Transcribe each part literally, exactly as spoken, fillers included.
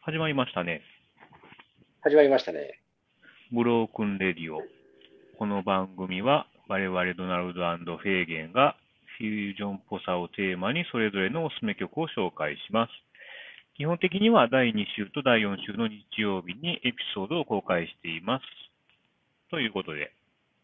始まりましたね。 始まりましたね。 ブロークンレディオ。この番組は我々ドナルドフェーゲンがフュージョンっぽさをテーマにそれぞれのおすすめ曲を紹介します。基本的にはだいに週とだいよん週の日曜日にエピソードを公開しています。ということで。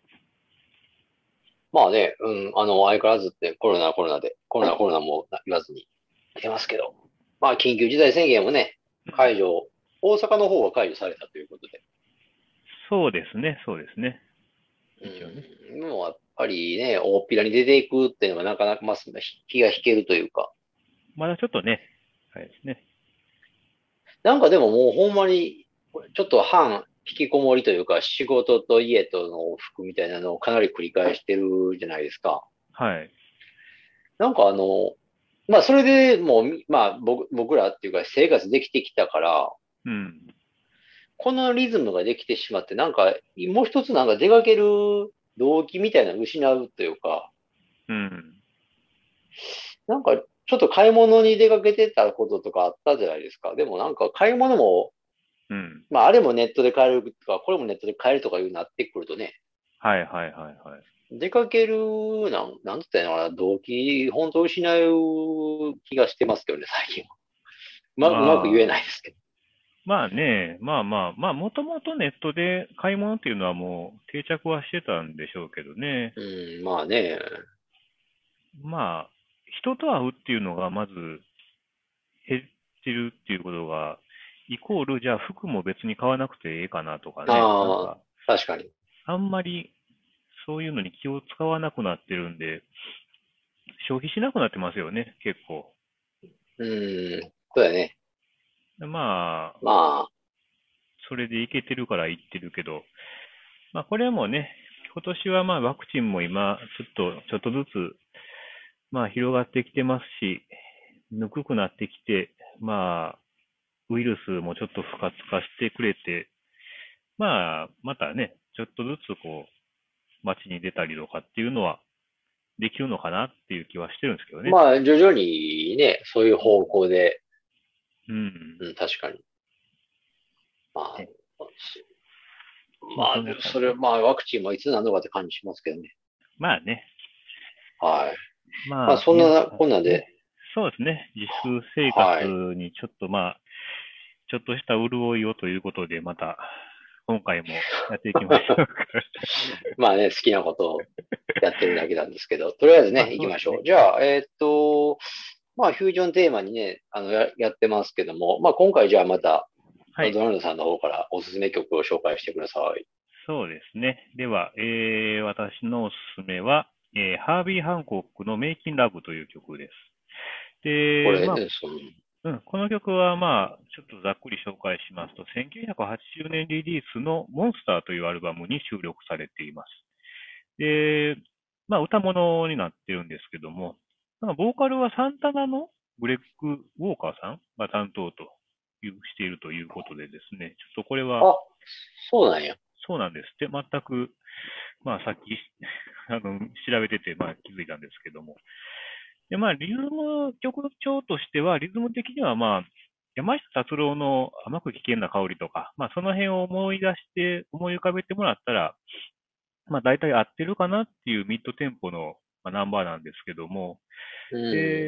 まあね、うん、あの、相変わらずってコロナコロナで、コロナコロナも言わずに出ますけど、まあ緊急事態宣言もね、解除、大阪の方は解除されたということで、 そうですね、そうですね。一応ね。 うん、もうやっぱりね、大っぴらに出ていくっていうのがなかなか、まあ、気が引けるというか、 まだちょっとね、あれですね。 なんかでももうほんまに、ちょっと半引きこもりというか、仕事と家との往復みたいなのをかなり繰り返してるじゃないですか。 はい。 なんかあの、まあ、それでもうみ、まあ、僕、僕らっていうか生活できてきたから、 うん。 このリズムができてしまって、なんか、もう一つなんか出かける動機みたいなのを失うというか、 うん。 なんか、ちょっと買い物に出かけてたこととかあったじゃないですか。でもなんか買い物も、 うん。 まあ、あれもネットで買えるとか、これもネットで買えるとかいうなってくるとね、 はいはいはいはい。 出かける、なん、なんつったらいいのかな、動機、本当失う気がしてますけどね、最近は。うま、うまく言えまあ、 ないですけど。 まあね、まあまあ、まあ、もともとネットで買い物っていうのはもう定着はしてたんでしょうけどね。 うん、まあね、 まあ、人と会うっていうのがまず減ってるっていうことが、イコール、じゃあ服も別に買わなくていいかなとかね。なんああ、 か、 確かに。 あんまりそういうのに気を使わなくなってるんで、消費しなくなってますよね、結構。 うん、そうだね。 まあ、 まあ、 それでいけてるから言ってるけど、まあこれはもうね、今年はまあワクチンも今、ちょっと、ちょっとずつまあ広がってきてますし、ぬくくなってきて、まあ、ウイルスもちょっと不活化してくれて、まあ、またね、ちょっとずつこう、街に出たりとかっていうのはできるのかなっていう気はしてるんですけどね。 まあ、徐々にね、そういう方向で、 うん。 うん、確かに。まあ、 ね、まあ、 まあ、 そんな感それ、 じで。 まあ、ワクチンもいつなのかって感じしますけどね。 まあね、 はい。まあ、 まあ、 そんな、 皆さんね、 こんなんで、 そうですね、自粛生活はい。 にちょっとまあ、ちょっとした潤いをということで、また、今回もやっていきましょうか。 まあね、好きなことをやってるだけなんですけど、とりあえずまあ、 ね、行きそうですね。 ましょう。じゃあ、えーっと、まあ、フュージョンテーマにね、あの、や、やってますけども、まあ、今回じゃあまた、 はい。 ドナルドさんの方からおすすめ曲を紹介してください。 そうですね。では、えー、私のおすすめは、えー、ハービー・ハンコックのメイキン・ラブという曲です。で、 これ、 まあ、 ねその、 うん、この曲は、まあ、ちょっとざっくり紹介しますと、せんきゅうひゃくはちじゅうねんリリースのモンスターというアルバムに収録されています。で、まあ、歌物になってるんですけども、なんかボーカルはサンタナのグレッグ・ウォーカーさんが担当というしているということでですね、ちょっとこれはあ、そうなんや。 そうなんですって、全く、まあさっきあの調べてて、まあ気づいたんですけども。で、まあリズム、曲調としては、リズム的にはまあ、山下達郎の甘く危険な香りとか、まあその辺を思い出して、思い浮かべてもらったら、まあ大体合ってるかなっていうミッドテンポの、まあ、ナンバーなんですけども、 うん。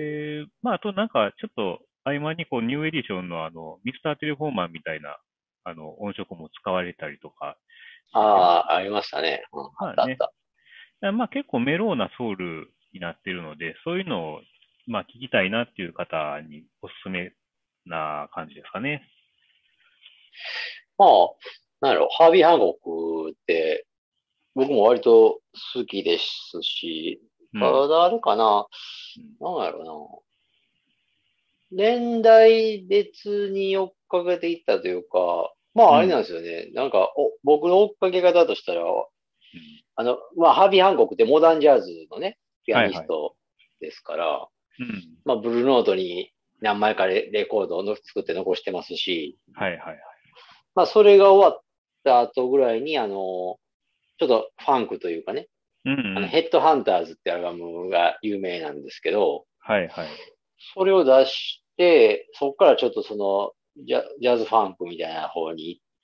で、まああとなんかちょっと合間にこうニューエディションのあの、ミスターテレフォーマンみたいな、あの音色も使われたりとかあしてて、 あ、ありましたね。うん、あっまあね、 たあった。 まあ結構メローなソウルになっているので、そういうのを、まあ聞きたいなっていう方におすすめな感じですかね。 まあ、なんやろ、ハービー・ハンコックって、僕も割と好きですし、 うん。 ただあれかな、 うん。 なんやろな、年代別に追っかけていったというか、まああれなんうん。 ですよね。なんか、お、僕の追っかけ方としたら、 うん。 あの、まあ、ハービー・ハンコックってモダンジャズのね、ピアはいはい。 ニストですから、 うん。 まあ、ブルーノートに何枚かレレコードを作って残してますし、 はいはいはい。 まあ、それが終わった後ぐらいに、あの、ちょっとファンクというかね、 うんうあの、 ん。 ヘッドハンターズってアルバムが有名なんですけど、 はいはい。 それを出して、そこからちょっとその、 ジャ、ジャズファンクみたいな方に行って、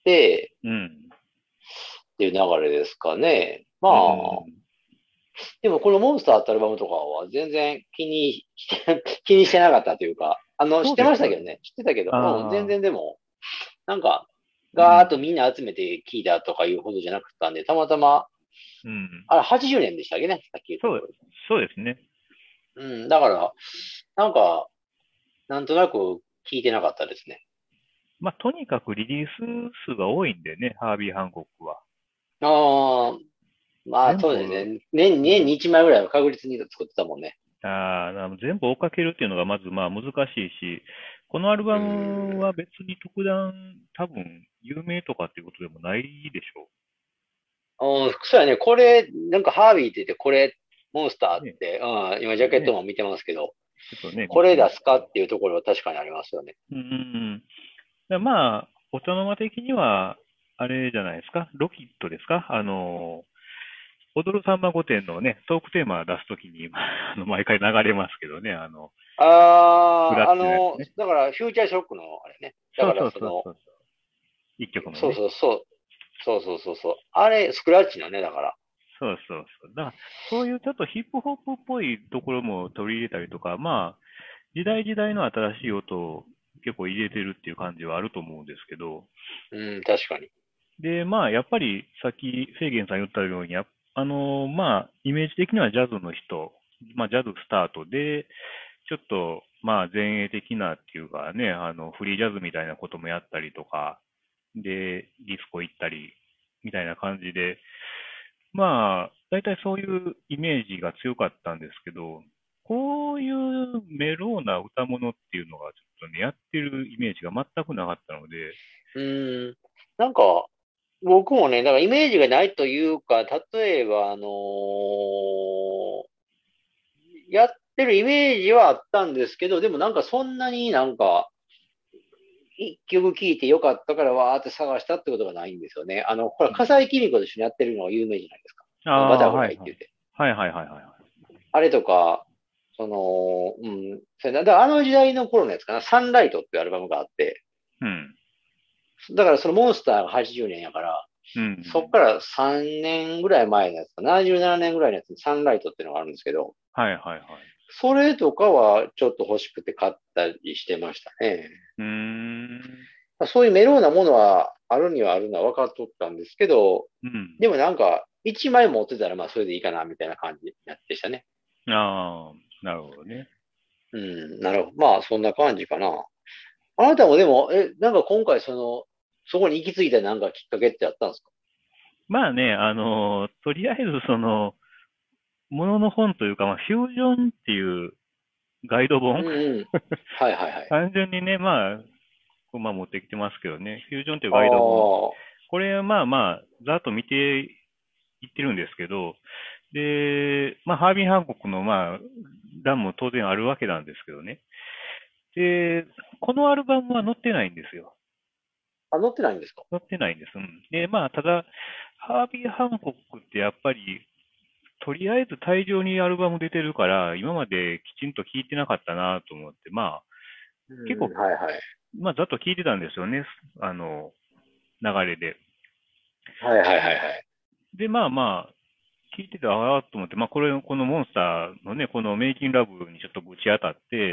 うん。 っていう流れですかね。まうあ、 ん。 でもこのモンスターってアルバムとかは全然気にして、気にしてなかったというか、あの、知ってそうですよね。 ましたけどね。知ってたけど、うん、全ああ、 然でも、なんか、 うん。 ガーッとみんな集めて聞いたとかいうほどじゃなかったんで、たまたま、 うん。 あれはちじゅうねんでしたっけね、さっき言ったそう、 通り。 そうですね。 うん、だから、なんか、なんとなく聞いてなかったですね。 まあ、とにかくリリース数が多いんでね、ハービー・ハンコックは。 ああ、まあ全部、 そうですね。年、年にうん。 いちまいぐらいは確実に作ってたもんね。 ああ、全部追っかけるっていうのがまずまあ難しいし、このアルうバムん。 は別に特段多分有名とかっていうことでもないでしょああ、そうやね。これ、なんかハービーって言って、これ、モンスターう。ね。 って、うん、今ジャケットね。 も見てますけど、 ちょっとね、見これてみ出すかっていうところは確かにありますよね。 うんうんうん。だまあ、お茶の間的には、あれじゃないですか、ロキットですかあの、踊るさんま御殿のね、トークテーマ出すときに、あの、毎回流れますけどね、あの、スクああ、 ラッあの、 チのやつね。 だから、フューチャーショックのあれね。だから、 そうそうその、 そうそう。一曲目そうね。 そうそう、そうそうそうそう。あれ、スクラッチのね、だから。 そうそうそう。だから、そういうちょっとヒップホップっぽいところも取り入れたりとか、まあ、時代時代の新しい音を結構入れてるっていう感じはあると思うんですけど、 うん、確かに。 で、まあ、やっぱり、さっき、フェーゲンさん言ったように、やあの、まあ、イメージ的にはジャズの人、まあ、ジャズスタートで、ちょっと、まあ、前衛的なっていうかね、あの、フリージャズみたいなこともやったりとか、で、ディスコ行ったり、みたいな感じで、まあ、大体そういうイメージが強かったんですけど、こういうメローな歌物っていうのがちょっとね、やってるイメージが全くなかったので、 うん。なんか、僕もね、だからイメージがないというか、例えば、あのーやってるイメージはあったんですけど、でもなんかそんなになんか、一曲聴いてよかったからわーって探したってことがないんですよね。あの、ほら、笠井公子と一緒にやってるのが有名じゃないですか。 ああ、 あのバタフはいはい。 ライって言って。 はいはいはいはい。 あれとか、その、うん、それなだからあの時代の頃のやつかな、サンライトっていうアルバムがあって、 うん。 だからそのモンスターがはちじゅうねんやから、 うん。 そっからさんねんぐらい前のやつか、ななじゅうななねんぐらいのやつにサンライトっていうのがあるんですけど、 はいはいはい。 それとかはちょっと欲しくて買ったりしてましたね。 うーん。 そういうメローなものはあるにはあるのは分かっとったんですけど、 うん。 でもなんか、一枚持ってたらまあそれでいいかなみたいな感じでしたね。 ああ、なるほどね。 うん、なるほど。まあそんな感じかな。あなたもでも、え、なんか今回その、そこに行き着いたなんかきっかけってあったんですか？ まあね、あの、とりあえずその、ものの本というか、まあ、フュージョンっていうガイド本うんうん。はいはいはい。 単純にね、まあ、こうまあ持ってきてますけどね、フュージョンっていうあガイド本、 あ、 これまあまあ、ざっと見ていってるんですけど、で、まあ、ハービー・ハンコックのまあ、欄も当然あるわけなんですけどね。で、このアルバムは載ってないんですよ。 あ、乗ってないんですか？ 載ってないんです。うん。で、まあ、ただ、ハービー・ハンコックってやっぱり、とりあえず大量にアルバム出てるから、今まできちんと聴いてなかったなと思って、まあ、結構、 うん、はいはい。 まあ、ざっと聞いてたんですよね。あの、流れで。 はいはいはいはい。 で、まあまあ、聞いてて、ああと思って、まあ、これ、このモンスターのね、このメイキンラブにちょっとぶち当たって、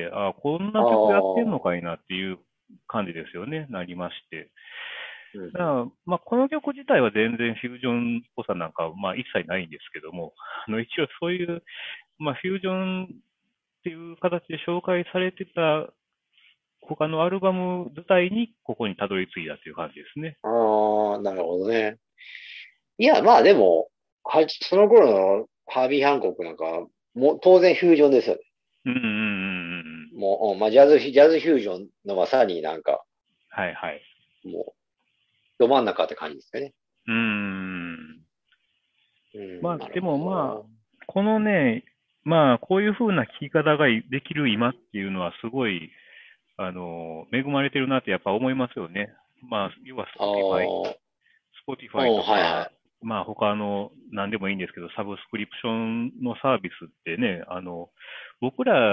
ああ、こんあな曲やってんのあ、 かいなっていう感じですよね、なりまして。 うんうん。 だから、まあ、この曲自体は全然フュージョンっぽさなんか、まあ、一切ないんですけども、あの、一応そういう、まあ、フュージョンっていう形で紹介されてた他のアルバム自体にここにたどり着いたという感じですね。 ああ、なるほどね。いや、まあでも、は、その頃のハービー・ハンコックなんか、もう当然フュージョンですよね。 うんうんうんうんうん。 もう、うんまあジャズ、ジャズフュージョンのまさになんか、 はいはい。 もう、ど真ん中って感じですよね。 うーん。 うん、 まあ、 なるでもまあ、 ほこのね、まあ、こういう風な聴き方ができる今っていうのはすごい、あの、恵まれてるなってやっぱ思いますよね。まあ、要は Spotify、 ど。あ Spotify あ、うん、 とか、 はいはい。 まあ他の何でもいいんですけど、サブスクリプションのサービスってね、あの、僕ら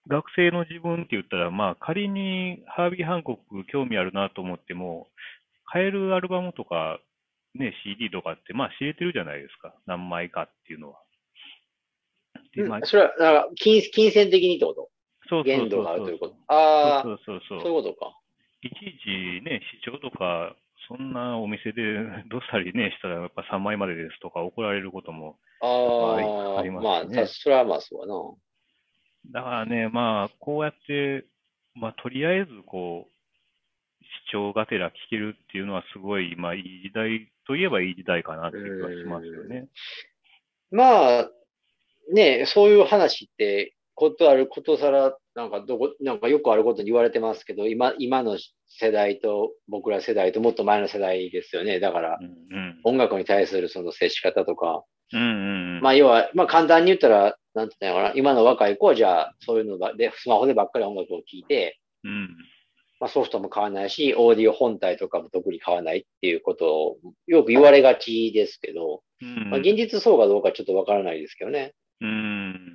学生の自分って言ったら、まあ仮にハービー・ハンコック興味あるなと思っても、買えるアルバムとか、ね、シーディー とかって、まあ知れてるじゃないですか。何枚かっていうのは。で、 うん、 まあ、 それは、なんか、金、金銭的にってこと？ そうそう限度そうそうそう。 があるということ？ああ、 そうそうそうそう。 そういうことか。 いちいちね、視聴とか、そんなお店でどっさりね、したらやっぱさんまいまでですとか怒られることも、まあ、ありあああ、 りますまあ、た、 しね。 それはまあそうだだからね、まあ、こうやって、まあ、とりあえず、こう、視聴がてら聞けるっていうのはすごい、まあ、いい時代といえばいい時代かなっな。うていう気はしますよーん。 ね。 まあ、ね、そういう話って、ことあることさら、なんかどこ、なんかよくあることに言われてますけど、今、今の世代と僕ら世代ともっと前の世代ですよね。だから、 うんうん。 音楽に対するその接し方とか、 うんうんうん。 まあ要は、まあ簡単に言ったら、なんて言ったのかな、今の若い子はじゃあ、そういうのばで、スマホでばっかり音楽を聴いて、 うん。 まあソフトも買わないし、オーディオ本体とかも特に買わないっていうことをよく言われがちですけど、 うまあん現実そうかどうかちょっとわからないですけどね。 うん。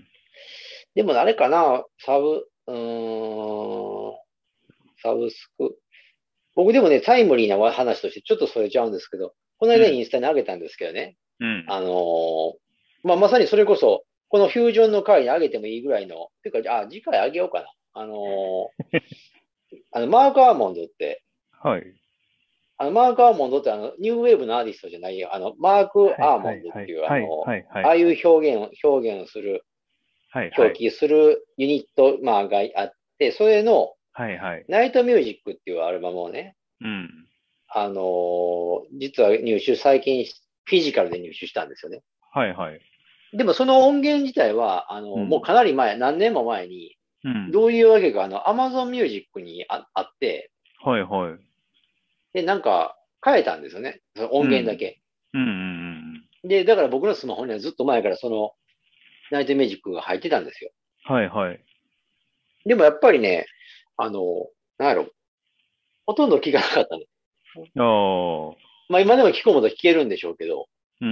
でもあれかな、サブ、うーん、サブスク。僕でもね、タイムリーな話としてちょっとそれちゃうんですけど、このうん。 間インスタに上げたんですけどね、 うん。 あのーまあ、まさにそれこそ、このフュージョンの回に上げてもいいぐらいの、ていうか、あ、次回上げようかな。あのーあの、マーク・アーモンドって、 はい。 あの、マーク・アーモンドってあの、ニューウェーブのアーティストじゃないよ。あの、マーク・はいアーモはいはい。 ンドっていう、あはいの、 はいはいああいはい。 う表現を、表現をする、 はいはい。 表記するユニット、まあ、があって、それの、 はいはい。 ナイトミュージックっていうアルバムをね、 うん。 あのー実は入手、最近、フィジカルで入手したんですよね。 はいはい。 でもその音源自体は、あの、もううん。 かなり前、何年も前に、 うん。 どういうわけか、あの、Amazon Music にああって、 はいはい。 で、なんか、変えたんですよね。その音源だうん。 け。 うんうんで、だから僕のスマホにはずっと前からその、ナイトミュージックが入ってたんですよ。 うん。はいはい。 でもやっぱりね、あの、なんやろ、ほとんど聞かなかったね。 ああ。 まあ今でも聞こうもと聞けるんでしょうけど、 うん。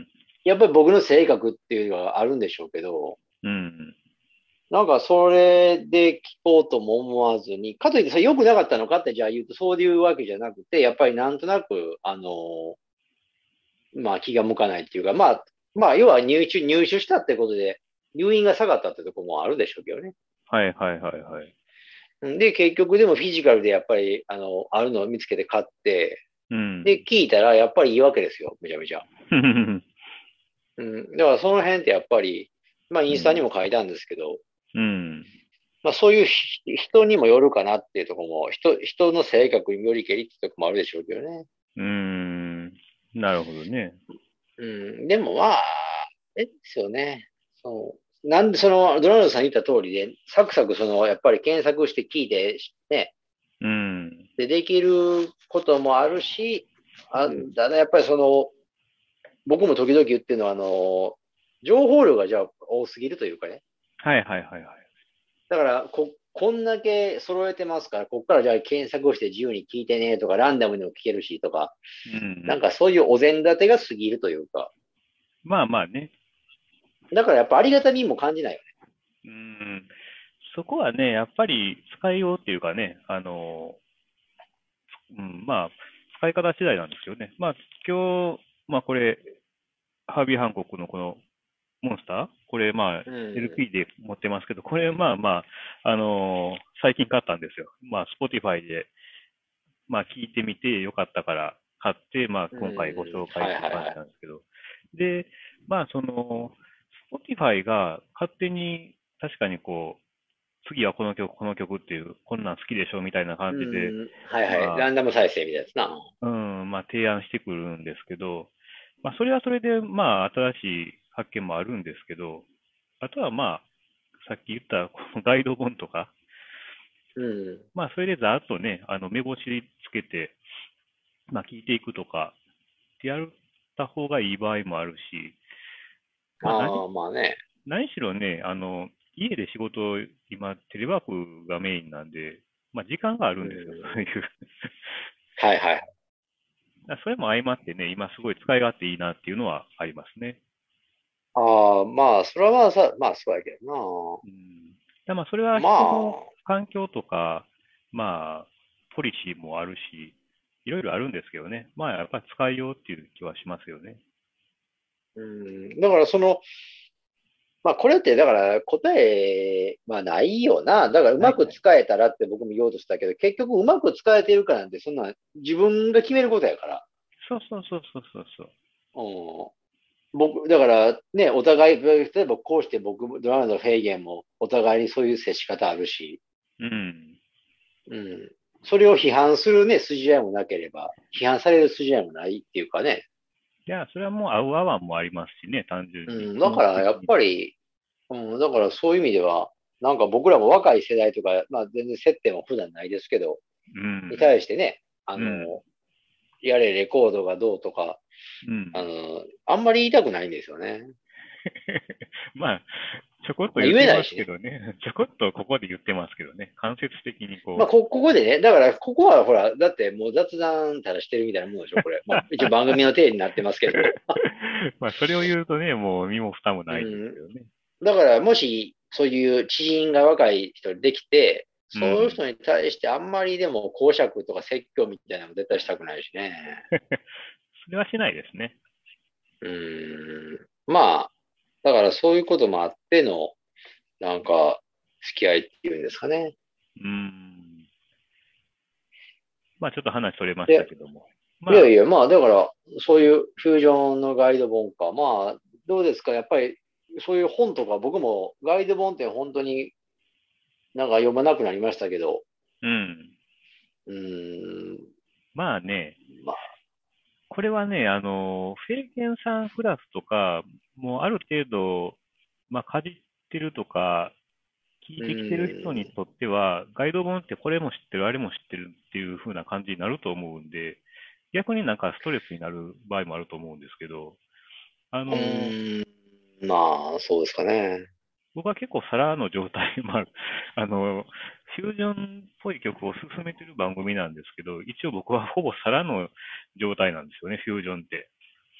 やっぱり僕の性格っていうのがあるんでしょうけど、 うん。 なんかそれで聞こうとも思わずに、かといってそれ良くなかったのかってじゃあ言うとそういうわけじゃなくて、やっぱりなんとなく、あの、まあ気が向かないっていうか、まあ、まあ要は入手、入手したってことで、入院が下がったってところもあるでしょうけどね。 はいはいはいはい。 で、結局でもフィジカルでやっぱり、あの、あるのを見つけて買って、 うん。 で、聞いたらやっぱりいいわけですよ。めちゃめちゃ。うん。だからその辺ってやっぱり、まあインスタにうん。 も書いたんですけど、 うん。 まあそういう人にもよるかなっていうところも、人、人の性格によりけりっていうところもあるでしょうけどね。 うーん。なるほどね。 うん。でもまあ、えですよね。そう。なんでその、ドナルドさん言った通りで、サクサクその、やっぱり検索して聞いて、ね、 うん。 で、できることもあるし、あだね、やっぱりその、僕も時々言ってるのは、あの、情報量がじゃあ多すぎるというかね。 はいはいはいはい。 だから、こ、こんだけ揃えてますから、こっからじゃあ検索をして自由に聞いてねとか、ランダムにも聞けるしとか、 うんうん。 なんかそういうお膳立てが過ぎるというか、 まあまあね。 だからやっぱありがたみも感じないよね。 うん。そこはね、やっぱり使いようっていうかね、あの、うん、まあ、使い方次第なんですよね。まあ、今日、まあこれ、ハービー・ハンコックのこのモンスターこれまあうん。 エルピー で持ってますけど、これまあまあ、あのー最近買ったんですよ。まあ Spotify で、まあ聞いてみてよかったから買って、まあう今回ごん。 紹介っていう感はいはいはい。 じなんですけど。で、まあその、Spotify が勝手に確かにこう、次はこの曲、この曲っていう、こんなん好きでしょみたいなう感じで、 ん。はいはい。ラまンダム再生みたいなやつな。 あ、うん、まあ提案してくるんですけど、まあそれはそれで、まあ新しい発見もあるんですけど、あとはまあ、さっき言ったこのガイド本とか、 うん。 まあ、それでざーっとね、あの、目星つけて、まあ、聞いていくとか、ってやった方がいい場合もあるし、まあ、何、 ああ、まあね。 何しろね、あの、家で仕事、今、テレワークがメインなんで、まあ、時間があるうんですよ、そういん。 う。 はいはい。 それも相まってね、今すごい使い勝手いいなっていうのはありますね。 ああ、まあ、それはまあさ、まあそうやけどな。 うん。 だまあ、それはま人のあ、 環境とか、まあ、ポリシーもあるし、いろいろあるんですけどね。まあ、やっぱり使いようっていう気はしますよね。 うん、だからその、まあこれってだから答え、まあないよな。だからうまくないない。 使えたらって僕も言おうとしたけど、結局うまく使えてるかなんてそんな自分が決めることやから。 そうそうそうそうそうそう。 うん、僕、だからね、お互い、例えばこうして僕、ドナルド・フェイゲンもお互いにそういう接し方あるし、 うん。 うん。それを批判するね、筋合いもなければ、批判される筋合いもないっていうかね。 いや、それはもう合う合わんもありますしね、単純に。 うん。 気持ちだからやっ的にも。 ぱり、うん、だからそういう意味では、なんか僕らも若い世代とか、まあ全然接点は普段ないですけど、 うにん。 対してね、あうん。 の、やれレコードがどうとか、 うん。 あの、あんまり言いたくないんですよね。 まあ、ちょこっとまあ言ってます言えないしね。 けどね。ちょこっとここで言ってますけどね。間接的にこまあこ、ここでね、だからここはほら、だってもう雑談たらしてるみたいなもんでしょ、これ。まあ一応番組の体になってますけど。 う。まあ、それを言うとね、もう身も蓋もないんですうん。 けどね。 だからもしそういう知人が若い人できて、 うん。 そういう人に対してあんまりでも公爵とか説教みたいなのも絶対したくないしね。 それはしないですね。 うん。まあ、だからそういうこともあっての、なんか、付き合いっていうんですかね。 うん。まあ、ちょっと話それましたで、 けども。まあ、 いやいや、まあ、だから、そういうフュージョンのガイド本か。まあ、どうですかやっぱり、そういう本とか、僕もガイド本って本当になんか読まなくなりましたけど、 うん。 うーん、 まあね、 まあ、 これはね、あの、フェーゲンさんクラスとか、もうある程度、まあ、かじってるとか、聞ういてきてる人にーん、 とっては、ガイド本ってこれも知ってる、あれも知ってるっていう風な感じになると思うんで、逆になんかストレスになる場合もあると思うんですけど、あうの、 ーん、まあ、そうですかね。 僕は結構皿の状態もある、あの、フュージョンっぽい曲を進めてる番組なんですけど、一応僕はほぼ皿の状態なんですよね、フュージョンって。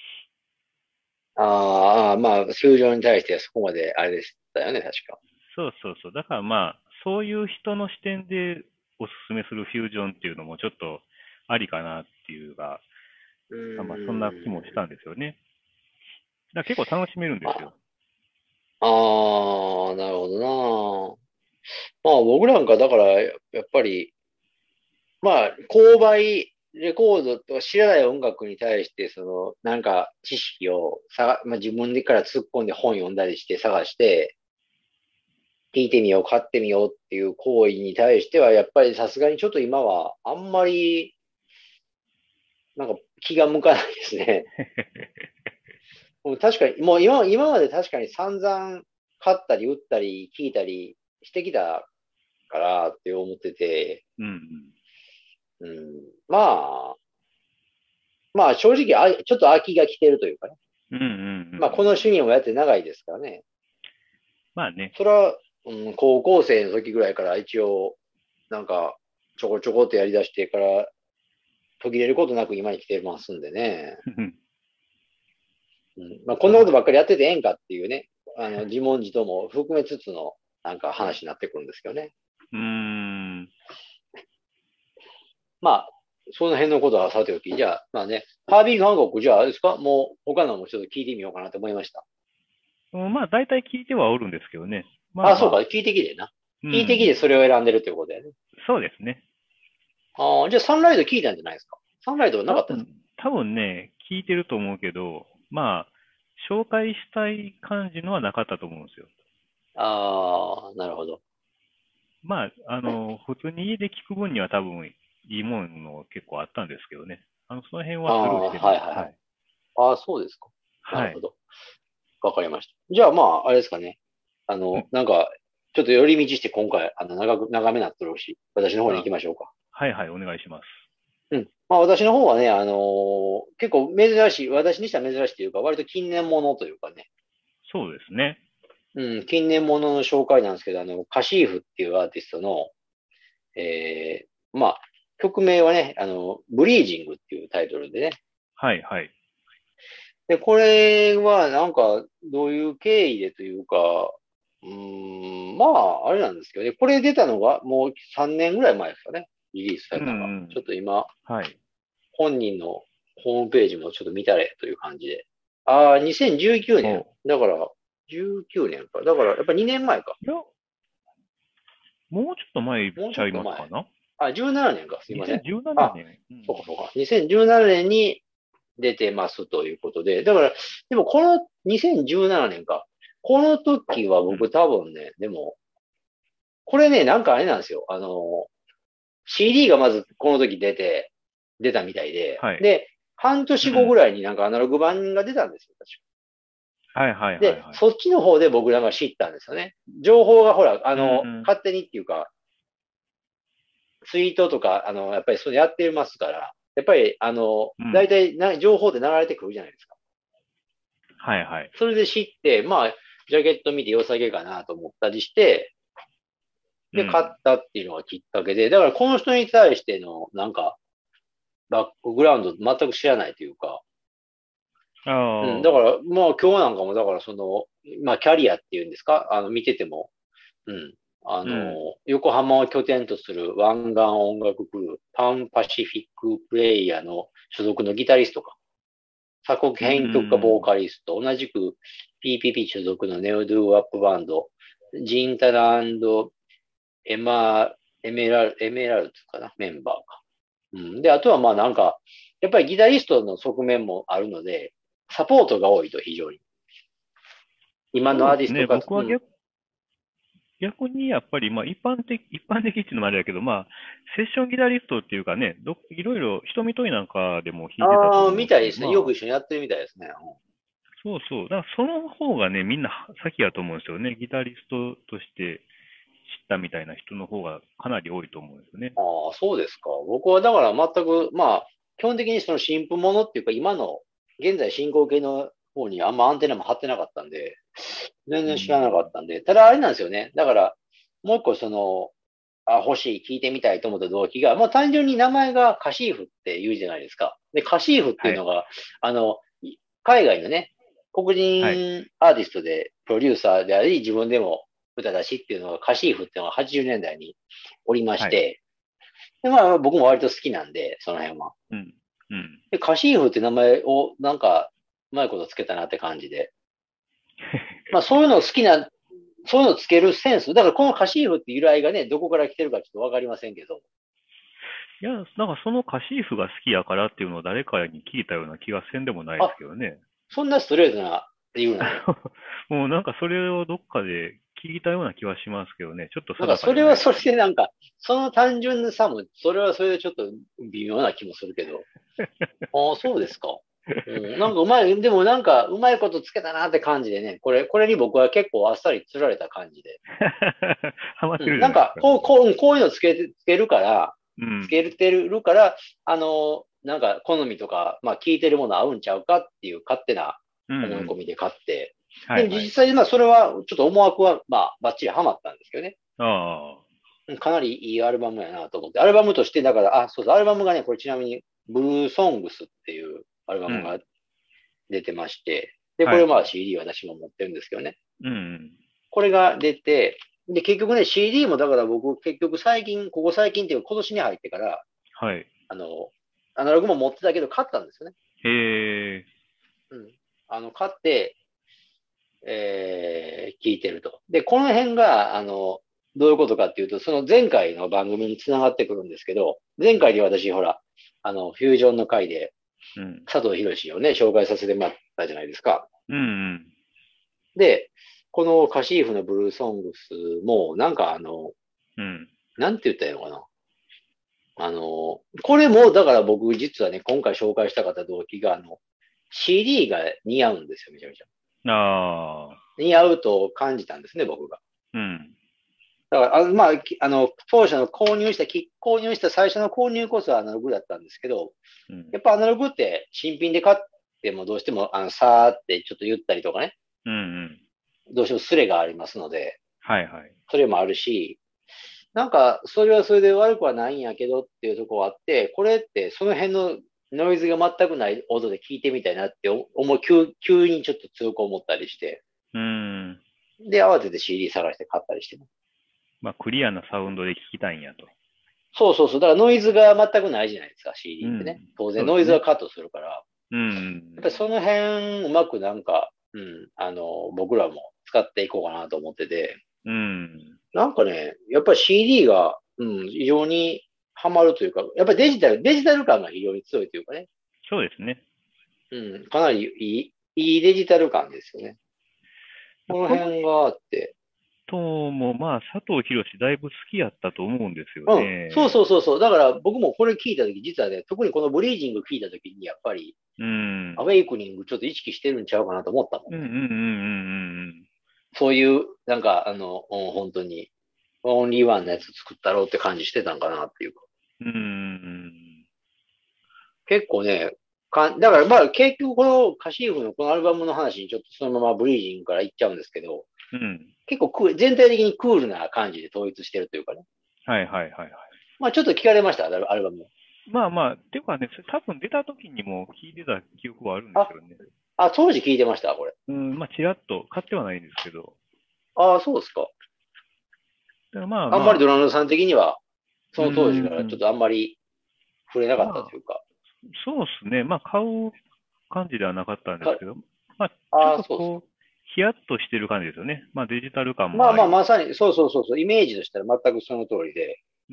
ああ、まあ、フュージョンに対してはそこまであれでしたよね、確か。 そうそうそう。だからまあ、そういう人の視点でおすすめするフュージョンっていうのもちょっとありかなっていうか、 うまあまあそんな気もしーん、 たんですよね。だから結構楽しめるんですよ。 まあ、ああ、なるほどな。まあ、僕なんか、だから、やっぱり、まあ、購買レコードとか知らない音楽に対して、その、なんか知識をさ、まあ、自分でから突っ込んで本読んだりして探して、聞いてみよう、買ってみようっていう行為に対しては、やっぱりさすがにちょっと今は、あんまり、なんか気が向かないですね。もう確かに、もう今、今まで確かに散々買ったり売ったり聞いたりしてきたからって思ってて、 うん。 うん、まあ、まあ正直あ、ちょっと飽きが来てるというかね。 うんうんうんうんまあこのうん。 趣味もやって長いですからね。 まあね。 それは、うん、高校生の時ぐらいから一応、なんか、ちょこちょこっとやり出してから、途切れることなく今に来てますんでね。うん、まあこんなことばっかりやっててええんかっていうね、あの、自問自答も含めつつの、なんか話になってくるんですけどね。 うーん。 まあ、その辺のことはさておき、じゃあ、まあね、ハービー・ハンコック、じゃあ、あれですかもう、他のもちょっと聞いてみようかなと思いました。 うんまあ大体聞いてはおるんですけどね。まああ、そうか、 まあ。 聞いてきてな。 うん聞いてきてうん。 それを選んでるってことだよね。 そうですね。 ああ、じゃあサンライド聞いたんじゃないですか。サンライドはなかったですか。 多分、多分ね、聞いてると思うけど、まあ、紹介したい感じのはなかったと思うんですよ。 ああ、なるほど。 まあ、あの、普通に家で聞く分には多分いいもの結構あったんですけどね。あの、その辺はスルーああ、 してます。 はいはいはい。 はい。 ああ、そうですか。なるはい。 ほど。わかりました。じゃあまあ、あれですかね。あの、 うん。 なんか、ちょっと寄り道して今回、あの、長く、長めなってるし、私の方に行あ、 きましょうか。 はいはい、お願いします。 うん。まあ私の方はね、あのー結構珍しい、私にしては珍しいというか、割と近年ものというかね、 そうですね。 うん、近年ものの紹介なんですけど、あの、カシーフっていうアーティストの、えー、まあ、曲名はね、あの、ブリージングっていうタイトルでね。 はいはい。 で、これはなんか、どういう経緯でというか、 うーん、まあ、あれなんですけどね。これ出たのがもうさんねんぐらい前ですかね。リリースさうんうれたのが。ちょん。 っと今、 はい。 本人のホームページもちょっと見たれという感じで。ああ、にせんじゅうきゅうねん。 お、 だから、じゅうきゅうねんか。だから、やっぱにねんまえか。 いや、もうちょっと前もうちゃいちょっと前。 ますかな？ あ、じゅうななねんか。すいません。 にせんじゅうななあ、 年。うん。 そうかそうか。にせんじゅうななねんに出てますということで。だから、でもこのにせんじゅうななねんか。この時はうん。 僕多分ね、でも、これね、なんかあれなんですよ。あの、シーディー がまずこの時出て、出たみたいで、 はい。 で、半年後ぐうん。 らいになんかアナログ版が出たんですよ、確か。 はいはいはいで、 はい。 そっちの方で僕らが知ったんですよね。情報がほら、あうの、 ん。 勝手にっていうか、ツイートとか、あの、やっぱりそれやってますから、やっぱり、あの、 うん。 大体な、情報で流れてくるじゃないですか。 はいはい。 それで知って、まあ、ジャケット見て良さげかなと思ったりして、で、買っうん。 たっていうのがきっかけで、だからこの人に対しての、なんか、バックグラウンド全く知らないというか、 あうん、だかあ。 ら、まあ今日なんかも、だからその、まあキャリアっていうんですか、あの、見てても、うん、あの、 うん。 横浜を拠点とする湾岸音楽クルー、パンパシフィックプレイヤーの所属のギタリストか、作曲う編曲家ボーん。 カリスト、同じく ピーピーピー 所属のネオドゥーアップバンド、ジンタラエマ、エメラル、エメラルツかな、メンバーか。うん。で、あとはまあなんか、やっぱりギタリストの側面もあるので、サポートが多いと非常に。今のアーそうですね。 ティスト活、うん。 僕は逆、逆にやっぱり、まあ一般的、一般的っていうのもあれだけど、まあ、セッションギタリストっていうかね、ど、いろいろ人見といなんかでも弾いてたとああ、 思うし、 みたいですね。よまあ、 く一緒にやってるみたいですね。 そうそう。だからその方がね、みんな先やと思うんですよね。ギタリストとして知ったみたいな人の方がかなり多いと思うんですよね。 ああ、そうですか。僕はだから全く、まあ、基本的にその新譜ものっていうか、今の、現在進行形の方にあんまアンテナも張ってなかったんで、全う然知らなかっん。 たんで、ただあれなんですよね。だから、もう一個その、あ、欲しい、聞いてみたいと思った動機が、もう単純に名前がカシーフって言うじゃないですか。で、カシーフってはい。 いうのが、あの、海外のね、黒はい。 人アーティストで、プロデューサーであり、自分でも歌だしっていうのが、カシーフっていうのがはちじゅうねんだいにおりましはい。 て、で、まあ僕も割と好きなんで、その辺は。 うん。うん。 で、カシーフって名前をなんか、うまいことつけたなって感じで。まあそういうの好きな、そういうのつけるセンス。だからこのカシーフって由来がね、どこから来てるかちょっとわかりませんけど。 いや、なんかそのカシーフが好きやからっていうのを誰かに聞いたような気がせんでもないですあ、 けどね。 そんなストレートな理由なんや。 もうなんかそれをどっかで聞いたような気はしますけどね。ちょっとなんか定かじゃそれはそれないですけど。 でなんか、その単純なさも、それはそれでちょっと微妙な気もするけど。ああ、そうですか。うん、なんかうまい、でもなんかうまいことつけたなって感じでね、これ、これに僕は結構あっさり釣られた感じで。 ハマってうん、 るじゃないですか。 なんか、こう、こう、こういうのつけて、つけるから、 うん。 つけてるから、あの、なんか好みとか、まあ聞いてるもの合うんちゃうかっていう勝手なうんう思い込ん。 みで買って、でもはいはい。 実際まあそれはちょっと思惑はまあバッチリハマったんですけどね。 ああ。 かなりいいアルバムやなと思って。アルバムとして、だから、あ、そうそう、アルバムがね、これちなみに、ブルーソングスっていうアルバうん。 ムが出てまして、で、これまあはいはい。 シーディー 私も持ってるんですけどね。 うんうん。 これが出て、で、結局ね、シーディー もだから僕、結局最近、ここ最近っていうか今年に入ってから、 はい。 あの、アナログも持ってたけど買ったんですよね。 へえ。 うん。あの、買って、えー、聞いてると。で、この辺が、あの、どういうことかっていうと、その前回の番組につながってくるんですけど、前うん。 回で私、ほら、あの、フュージョンの回で、 うん。 佐藤博をね、紹介させてもらったじゃないですか。 うんうん。 で、このカシーフのブルーソングスも、なんかあの、 うん。 なんて言ったらいいのかな。あの、これも、だから僕実はね、今回紹介したかった動機が、あの、シーディー が似合うんですよ、めちゃめちゃ。 ああ。 似合うと感じたんですね、僕が。 うん。 だから、あまあ、あの、当初の購入した、購入した最初の購入こそアナログだったんですけど、 うん。 やっぱアナログって新品で買ってもどうしても、あの、さーってちょっと言ったりとかね、 うんうん。 どうしてもスレがありますので、 はいはい。 それもあるし、なんか、それはそれで悪くはないんやけどっていうところがあって、これってその辺のノイズが全くない音で聞いてみたいなって思う、急急にちょっと強く思ったりして、 うん。 で、慌てて シーディー 探して買ったりしてね。 まあ、クリアなサウンドで聞きたいんやと。 そうそうそう。だからノイズが全くないじゃないですか、 うシーディー ってね。 ん。 当然ノイズはそうですね。 カットするから。やうん。 っぱりその辺うまくなんか、うん、あの、僕らも使っていこうかなと思ってて。 うん。 なんかね、やっぱり シーディー が、うん、非常にハマるというか、やっぱりデジタル、デジタル感が非常に強いというかね。 そうですね。 うん、かなりいい、いいデジタル感ですよね。このこの辺があって。 人も、まあ、佐藤博だいぶ好きやったと思うんですようん、そうね。 そうそうそう。だから僕もこれ聞いたとき、実はね、特にこのブリージング聞いたときに、やっぱり、 うん。 アウェイクニングちょっと意識してるんちゃうかなと思ったもんね。 うんうんうんうんそういう、なんか、あの、うん本当に、オンリーワンのやつ作ったろうって感じしてたんかなっていうか。 うんうん。うん結構ね、かだからまあ結局このカシーフのこのアルバムの話にちょっとそのままブリージングから行っちゃうんですけど、 うん。 結構クー全体的にクールな感じで統一してるというかね。 はいはいはいはい。 まあちょっと聞かれました、アルアルバム。 まあまあ、ていうかね、それ多分出た時にも聞いてた記憶はあるんですあ、 よね。 あ、当時聞いてました、これ。 うん、まあ、ちらっと買ってはないんですけど。 ああ、そうですか。 だからまああんまりドまあ、 ナルドさん的には、そうの当時からちょっん、 とあんまり触れなかったまあ、 というか。 そうですね。まあ、買う感じではなかったんですかけど、まあ、ちょっああ、そうですか。 とこう、ヒヤッとしてる感じですよね。まあ、デジタル感まあまあ、 もあり。 まさに、そうそうそうそう、イメージとしたら全くその通りで、 うん、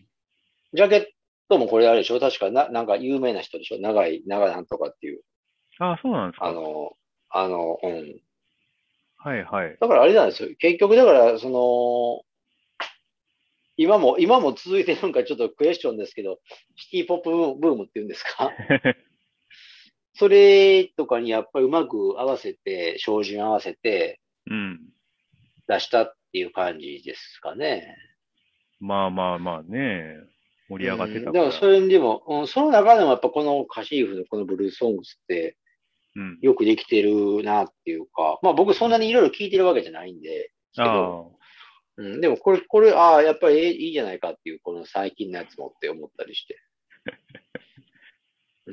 ジャケットもこれあれでしょ確かな、なんか有名な人でしょ長い、長なんとかっていう。 ああ、そうなんですか。 あの、あの、うん。 はいはい。 だからあれなんですよ。結局だから、その、今も、今も続いてるんかちょっとクエスチョンですけど、シティポップブームっていうんですかそれとかにやっぱりうまく合わせて、照準合わせてうん。 出したっていう感じですかね。 まあまあまあね、盛り上がってうん。 たから。 だからそれでも、うん、その中でもやっぱこのカシーフのこのブルースソングスってうん。 よくできてるなっていうか、まあ僕そんなにいろいろ聞いてるわけじゃないんで、ですけど、 ああ、 うん、でもこれ、これ、ああ、やっぱりえいいじゃないかっていう、この最近のやつもって思ったりして。うん。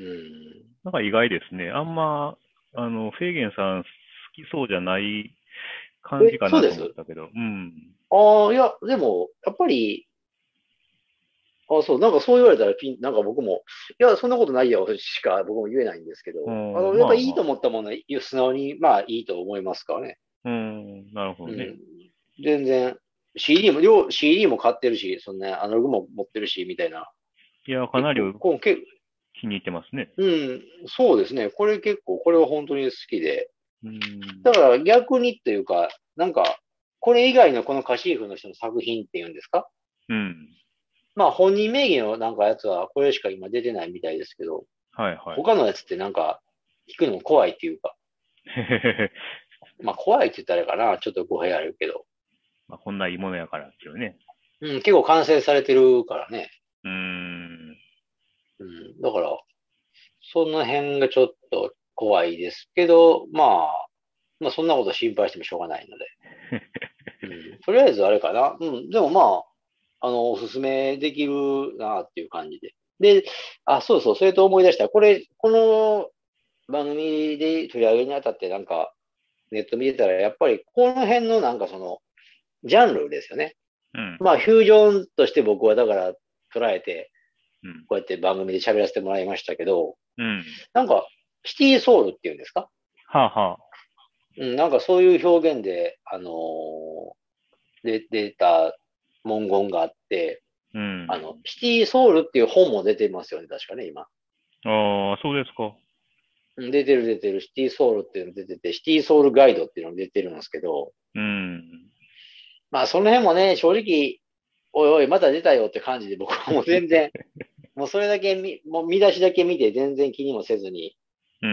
なんか意外ですね。あんま、あの、フェーゲンさん好きそうじゃない感じえ、 かなとそうです。 思ったけど。うん。 ああ、いや、でも、やっぱり、あそう、なんかそう言われたらピン、なんか僕も、いや、そんなことないよしか僕も言えないんですけど、 うあの、 ん、 やっぱまあまあ。 いいと思ったものは素直に、まあいいと思いますからね。 うん、なるほどね。 うん。全然、シーディー も、両 シーディー も買ってるし、そんな、アナログも持ってるし、みたいな。 いや、かなり結構、こう、け、 気に入ってますね。 うん、そうですね。これ結構、これは本当に好きで。 うん、 だから逆にっていうか、なんか、これ以外のこのカシーフの人の作品っていうんですかうん。 まあ本人名義のなんかやつはこれしか今出てないみたいですけど、 はいはい。 他のやつってなんか聞くのも怖いっていうか、 へへへへ。 まあ怖いって言ったらあれかな、ちょっと語弊あるけど、 まあ、こんないいものやからっていうね。 うん、結構完成されてるからね。 うーん。 うん、だから、その辺がちょっと怖いですけど、まあ、まあそんなこと心配してもしょうがないので、うん、とりあえずあれかな。うん、でもまあ、あの、おすすめできるなっていう感じで。で、あ、そうそう、それと思い出した。これ、この番組で取り上げにあたってなんか、ネット見てたら、やっぱりこの辺のなんかその、ジャンルですよね。 うん、 まあ、フュージョンとして僕はだから捉えて、 うん、 こうやって番組で喋らせてもらいましたけど、 うん。 なんか、シティソウルっていうんですかはあはあ。 うん、なんかそういう表現で、あのーで、出た文言があって、 うん。 あの、シティソウルっていう本も出てますよね、確かね、今。 ああ、そうですか。 うん出てる出てる、シティソウルっていうの出てて、シティソウルガイドっていうのが出てるんですけど、 うん。 まあその辺もね、正直、おいおい、また出たよって感じで僕はもう全然、もうそれだけ見、もう見出しだけ見て全然気にもせずに、 うん。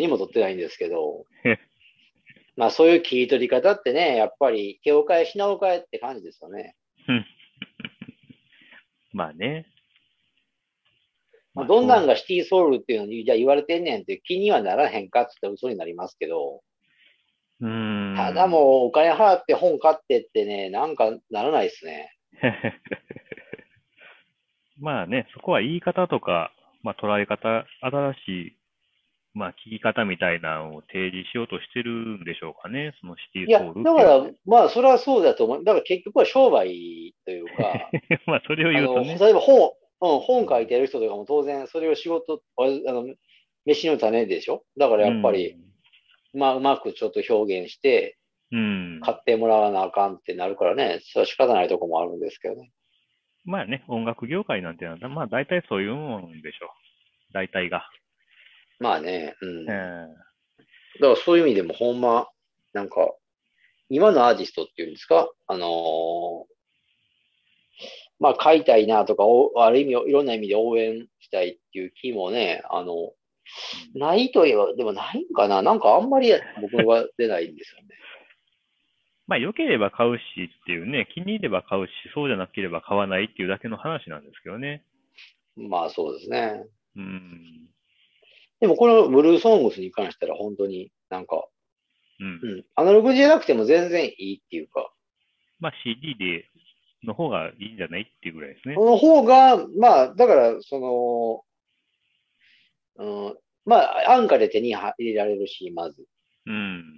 もう手にも取ってないんですけど、 へ、 まあそういう切り取り方ってね、やっぱり手を変え品を変えって感じですよね。 ふん。まあね。まあそう。 どんなんがシティソウルっていうのに、じゃあ言われてんねんって気にはならへんかって言ったら嘘になりますけど、 うーただん。 もうお金払って本買ってってね、なんかならないですね。 へへへ。まあね、そこは言い方とか、まあ捉え方、新しいまあ、聞き方みたいなのを提示しようとしてるんでしょうかね。そのシティいや、 ソウルっていうので。 だから、まあ、それはそうだと思う。だから結局は商売というか、 まあ、それをあの、 言うとね。 例えば本、うん、 うん。 本書いてる人とかも当然それを仕事、あの、飯の種でしょ。だからうやっぱり、 ん。 まあ、うまくちょっと表現して、 うん。 買ってもらわなあかんってなるからね、それは仕方ないとこもあるんですけどね。 まあね、音楽業界なんてのは、まあ大体そういうもんでしょう。大体が。 まあね、うえん。 ーだからそういう意味でもほんま、なんか、今のアーティストっていうんですか、あのーまあ、買いたいなとか、おある意味、いろんな意味で応援したいっていう気もね、あの、 うん。 ないといえば、でもないんかな。なんかあんまり僕は出ないんですよね。 まあ良ければ買うしっていうね、気に入れば買うし、そうじゃなければ買わないっていうだけの話なんですけどね。 まあそうですね。 うん。 でもこのブルーソングスに関しては本当になんか、 うん。 うん、アナログじゃなくても全然いいっていうか、 まあ シーディー で、の方がいいんじゃないっていうぐらいですね。 その方が、まあ、だから、その、うん、まあ、安価で手に入れられるし、まず。 うん。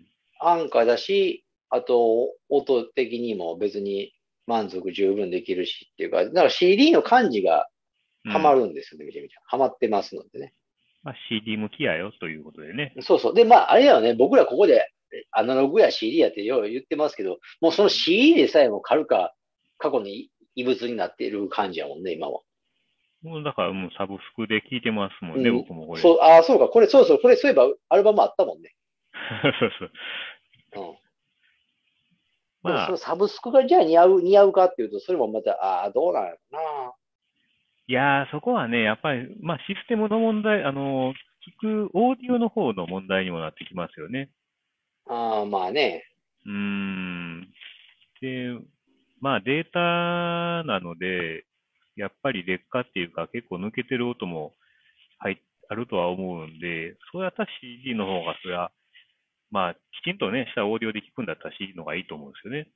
安価だし、あと、音的にも別に満足十分できるしっていうか、だから シーディー の感じがハマうん。 るんですよね、めちゃめちゃ。ハマってますのでね。 まあ シーディー 向きやよということでね。 そうそう。で、まあ、あれだよね、僕らここでアナログや シーディー やってよう言ってますけど、もうその シーディー でさえも狩るか、過去に異物になっている感じやもんね、今は。 もうだからもうサブスクで聞いてますもんね、 うん。 僕もこれ。 そう、ああ、そうか。これ、そうそう。これ、そういえば、アルバムあったもんね。 そうそう。 うん。でも、 まあ、 そのサブスクがじゃあ似合う、似合うかっていうと、それもまた、ああ、どうなんやろな。 いやー、そこはね、やっぱり、まあシステムの問題、あの、聞くオーディオの方の問題にもなってきますよね。 ああ、まあね。 うーん。で、まあデータなので、やっぱり劣化っていうか結構抜けてる音も入っあるとは思うんで、そうやったら シーディー の方がそれは、まあきちんとね、したオーディオで聞くんだったら シーディー の方がいいと思うんですよね。 うん、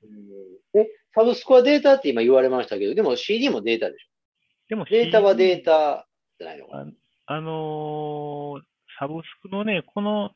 え、サブスクはデータって今言われましたけど、でも シーディー もデータでしょ。 でもデータはデーシーディー、 タじゃないのかな。 あ、あのーサブスクのね、この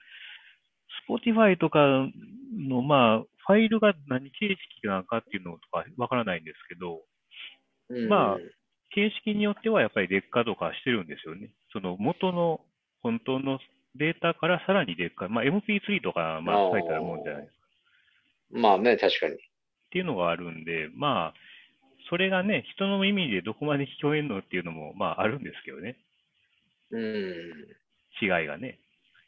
Spotify とかの、まあ、ファイルが何形式なのかっていうのとかわからないんですけど、 うまあ、 ん。 形式によってはやっぱり劣化とかしてるんですよね。その元の本当のデータからさらに劣化、まあ エムピースリー とか、 あまあ書いてあるもんじゃないであ、 すか。 まあね、確かに。 っていうのがあるんで、まあ、それがね、人の耳でどこまで聞こえるのっていうのも、まああるんですけどね。 うん。 違いがね。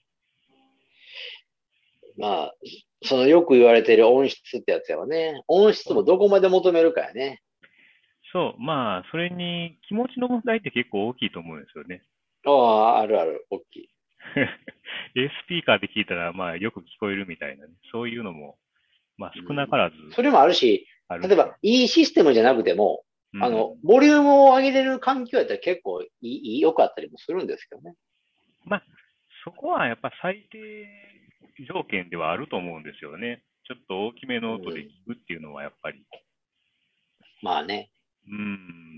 まあ、そのよく言われてる音質ってやつやわね。音質もどこまで求めるかやね。 そう、まあ、それに気持ちの問題って結構大きいと思うんですよね。 ああ、あるある、大きい。 で、スピーカーで聞いたら、まあ、よく聞こえるみたいなね、そういうのも、まあ、 うん。 少なからずそれもあるし、 あるし。 例えば、いいシステムじゃなくても、 うんうあの、 ん。 ボリュームを上げれる環境やったら結構いい、いい良かったりもするんですけどね。 まあ、そこはやっぱ最低条件ではあると思うんですよね。ちょっと大きめの音でうん。 聞くっていうのはやっぱり。 まあね。 うん。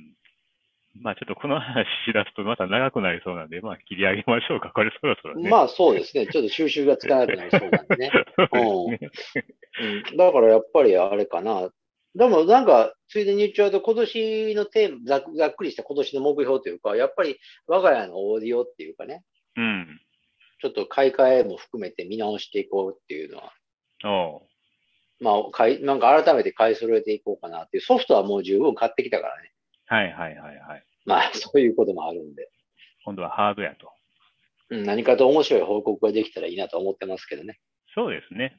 まあ、ちょっとこの話しだすとまた長くなりそうなんで、まあ、切り上げましょうか。これそろそろね。 まあそうですね。ちょっと収集がつかなくなりそうなんでね。 そううですね。 ん。うん。だからやっぱりあれかな。でもなんか、ついでに言っちゃうと、今年のテーマ、ざっざっくりした今年の目標というか、やっぱり我が家のオーディオっていうかね、 うん。 ちょっと買い替えも含めて見直していこうっていうのは、 おう。 まあ、買い、なんか改めて買い揃えていこうかなっていう、ソフトはもう十分買ってきたからね。 はいはいはいはい。 まあ、そういうこともあるんで、 今度はハードやと。 うん、何かと面白い報告ができたらいいなと思ってますけどね。 そうですね。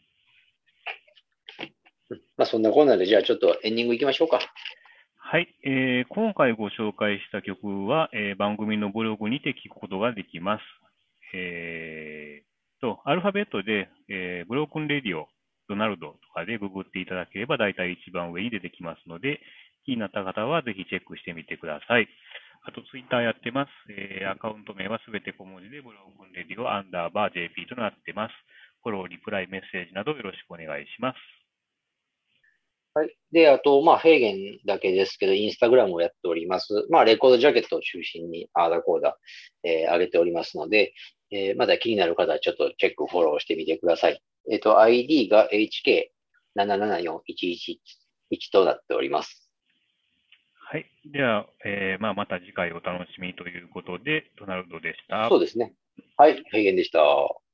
まあ、そんなこんなで、じゃあちょっとエンディングいきましょうか。 はい、えー今回ご紹介した曲は、えー番組のブログにて聞くことができます。えーと、アルファベットで、えーブロークンレディオ、ドナルドとかでググっていただければ、だいたい一番上に出てきますので、気になった方はぜひチェックしてみてください。あと、ツイッターやってます。えーアカウント名はすべて小文字で、ブロークンレディオアンダーバー ジェーピー となってます。フォロー、リプライ、メッセージなどよろしくお願いします。 はい。で、あと、まあ、フェーゲンだけですけど、インスタグラムをやっております。まあ、レコードジャケットを中心に、あーだこーだ、えー上げておりますので、 えーまだ気になる方はちょっとチェック、フォローしてみてください。えっと、アイディー が エイチケーななななよんいちいちいちとなっております。 はい。では、えーまあ、また次回お楽しみということで、ドナルドでした。 そうですね。はい、平原でした。